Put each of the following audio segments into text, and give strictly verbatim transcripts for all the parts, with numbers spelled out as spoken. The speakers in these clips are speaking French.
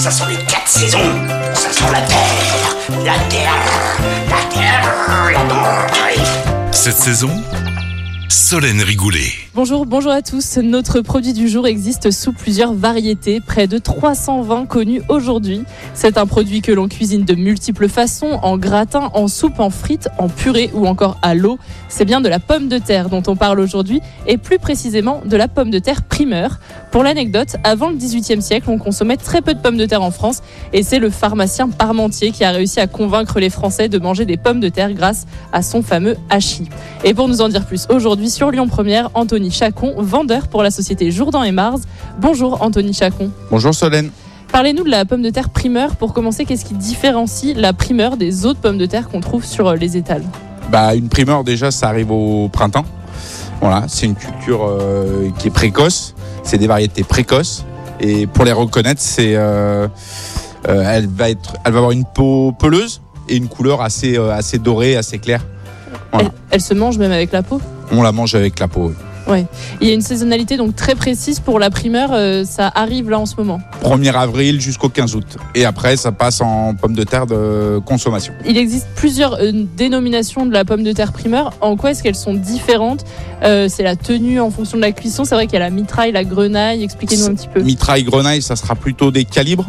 Ça sent les quatre saisons. Ça sent la terre, la terre, la terre, la terre. Cette saison, Solène Rigoulet. Bonjour, bonjour à tous. Notre produit du jour existe sous plusieurs variétés, près de trois cent vingt connus aujourd'hui. C'est un produit que l'on cuisine de multiples façons, en gratin, en soupe, en frites, en purée ou encore à l'eau. C'est bien de la pomme de terre dont on parle aujourd'hui et plus précisément de la pomme de terre primeur. Pour l'anecdote, avant le dix-huitième siècle, on consommait très peu de pommes de terre en France et c'est le pharmacien Parmentier qui a réussi à convaincre les Français de manger des pommes de terre grâce à son fameux hachis. Et pour nous en dire plus, aujourd'hui sur Lyon Première, Anthony Chacon, vendeur pour la société Jourdan et Mars. Bonjour Anthony Chacon. Bonjour Solène. Parlez-nous de la pomme de terre primeur. Pour commencer, qu'est-ce qui différencie la primeur des autres pommes de terre qu'on trouve sur les étals ? Bah, une primeur, déjà, ça arrive au printemps. Voilà, c'est une culture euh, qui est précoce. C'est des variétés précoces. Et pour les reconnaître, c'est, euh, euh, elle va être, elle va avoir une peau peleuse et une couleur assez, euh, assez dorée, assez claire. Voilà. Elle, elle se mange même avec la peau ? On la mange avec la peau. Ouais. Il y a une saisonnalité donc très précise pour la primeur, euh, ça arrive là en ce moment. premier avril jusqu'au quinze août. Et après, ça passe en pomme de terre de consommation. Il existe plusieurs euh, dénominations de la pomme de terre primeur. En quoi est-ce qu'elles sont différentes ? euh, C'est la tenue en fonction de la cuisson. C'est vrai qu'il y a la mitraille, la grenaille. Expliquez-nous un petit peu. Mitraille, grenaille, ça sera plutôt des calibres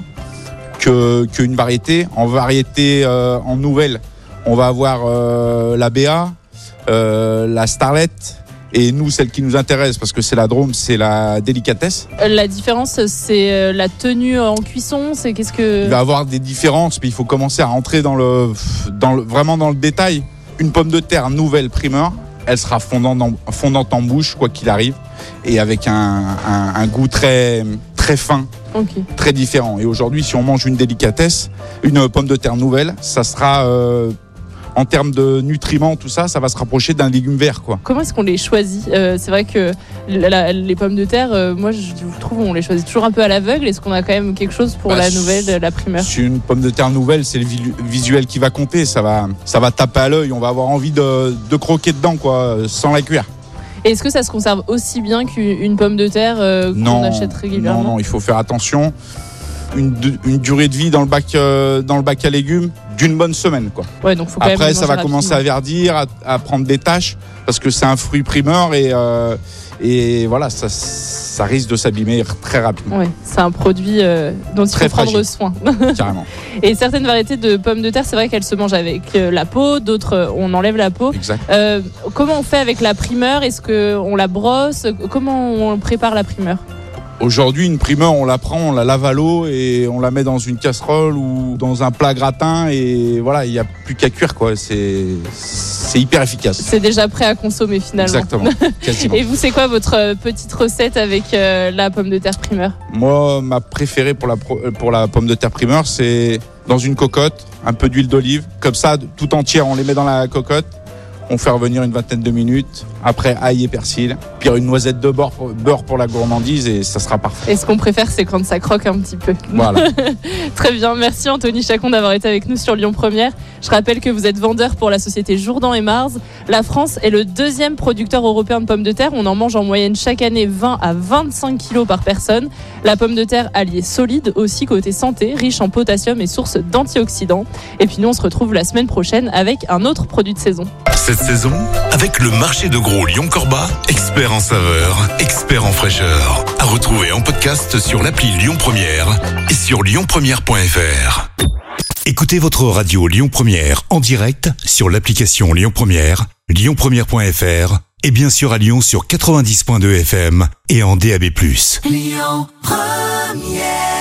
que, qu'une variété. En variété, euh, en nouvelle, on va avoir euh, la B A, euh, la Starlet. Et nous, celle qui nous intéresse, parce que c'est la Drôme, c'est la délicatesse. La différence, c'est la tenue en cuisson. C'est qu'est-ce que... Il va y avoir des différences, mais il faut commencer à rentrer dans le, dans le, vraiment dans le détail. Une pomme de terre nouvelle primeur, elle sera fondante en, fondante en bouche, quoi qu'il arrive, et avec un, un, un goût très, très fin, okay. très différent. Et aujourd'hui, si on mange une délicatesse, une pomme de terre nouvelle, ça sera... Euh, en termes de nutriments, tout ça, ça va se rapprocher d'un légume vert, quoi. Comment est-ce qu'on les choisit ? euh, C'est vrai que la, la, les pommes de terre, euh, moi, je, je trouve on les choisit toujours un peu à l'aveugle. Est-ce qu'on a quand même quelque chose pour bah, la nouvelle, la primeur ? C'est une pomme de terre nouvelle, c'est le visuel qui va compter. Ça va, ça va taper à l'œil. On va avoir envie de, de croquer dedans, quoi, sans la cuire. Et est-ce que ça se conserve aussi bien qu'une pomme de terre euh, qu'on non, achète régulièrement ? Non, non, il faut faire attention. Une, une durée de vie dans le bac, euh, dans le bac à légumes d'une bonne semaine, quoi. Ouais, donc faut quand Après, même ça va commencer à verdir, à, à prendre des taches, parce que c'est un fruit primeur et, euh, et voilà, ça, ça risque de s'abîmer très rapidement. Ouais, c'est un produit euh, dont il très faut prendre fragile. soin. Carrément. Et certaines variétés de pommes de terre, c'est vrai qu'elles se mangent avec euh, la peau, d'autres euh, on enlève la peau. Exact. Euh, comment on fait avec la primeur ? Est-ce qu'on la brosse ? Comment on prépare la primeur ? Aujourd'hui, une primeur, on la prend, on la lave à l'eau et on la met dans une casserole ou dans un plat gratin et voilà, il n'y a plus qu'à cuire, quoi. C'est, c'est hyper efficace. C'est déjà prêt à consommer finalement. Exactement, quasiment. Et vous, c'est quoi votre petite recette avec euh, la pomme de terre primeur ? Moi, ma préférée pour la, pour la pomme de terre primeur, c'est dans une cocotte, un peu d'huile d'olive. Comme ça, tout entière, on les met dans la cocotte. On fait revenir une vingtaine de minutes. Après, ail et persil. Puis une noisette de beurre pour, beurre pour la gourmandise et ça sera parfait. Et ce qu'on préfère, c'est quand ça croque un petit peu. Voilà. Très bien. Merci Anthony Chacon d'avoir été avec nous sur Lyon Première. Je rappelle que vous êtes vendeur pour la société Jourdan et Mars. La France est le deuxième producteur européen de pommes de terre. On en mange en moyenne chaque année vingt à vingt-cinq kilos par personne. La pomme de terre alliée solide aussi côté santé, riche en potassium et source d'antioxydants. Et puis nous, on se retrouve la semaine prochaine avec un autre produit de saison. Cette saison, avec le marché de gros Lyon-Corba, expert en saveur, expert en fraîcheur. À retrouver en podcast sur l'appli Lyon Première et sur lyon première point f r. Écoutez votre radio Lyon Première en direct sur l'application Lyon Première, lyon première point f r et bien sûr à Lyon sur quatre-vingt-dix virgule deux F M et en D A B plus. Lyon Première.